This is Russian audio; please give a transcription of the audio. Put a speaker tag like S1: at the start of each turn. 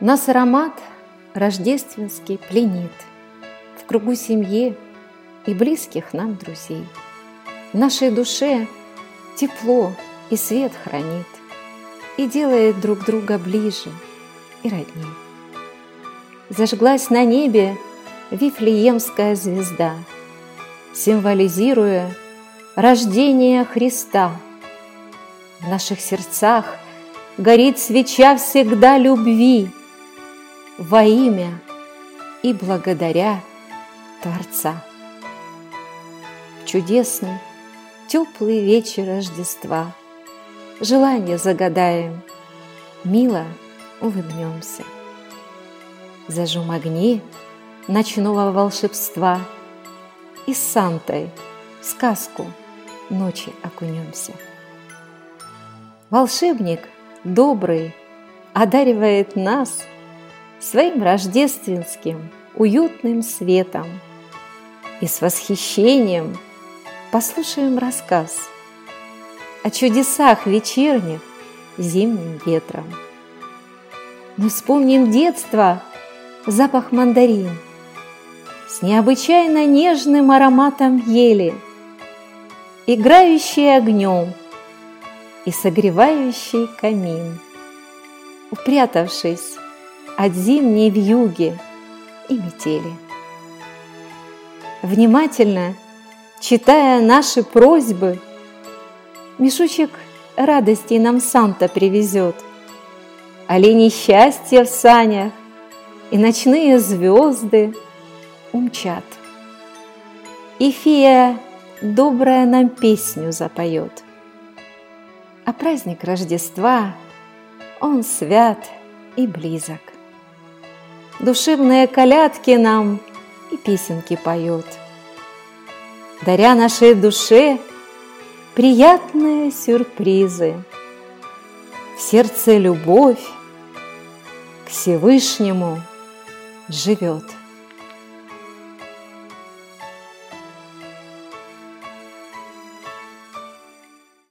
S1: Нас аромат рождественский пленит в кругу семьи и близких нам друзей. В нашей душе тепло и свет хранит и делает друг друга ближе и родней. Зажглась на небе Вифлеемская звезда, символизируя рождение Христа. В наших сердцах горит свеча всегда любви во имя и благодаря Творца. В чудесный, теплый вечер Рождества желание загадаем, мило улыбнемся. Зажжем огни ночного волшебства и с Сантой в сказку ночи окунемся. Волшебник добрый одаривает нас своим рождественским уютным светом, и с восхищением послушаем рассказ о чудесах вечерних зимним ветром. Мы вспомним детство, запах мандарин с необычайно нежным ароматом ели, играющий огнем и согревающий камин, упрятавшись от зимней вьюги и метели. Внимательно читая наши просьбы, мешочек радостей нам Санта привезет, оленей счастья в санях и ночные звезды умчат. И фея добрая нам песню запоет. А праздник Рождества, он свят и близок. Душевные колядки нам и песенки поет, даря нашей душе приятные сюрпризы. В сердце любовь к Всевышнему живет.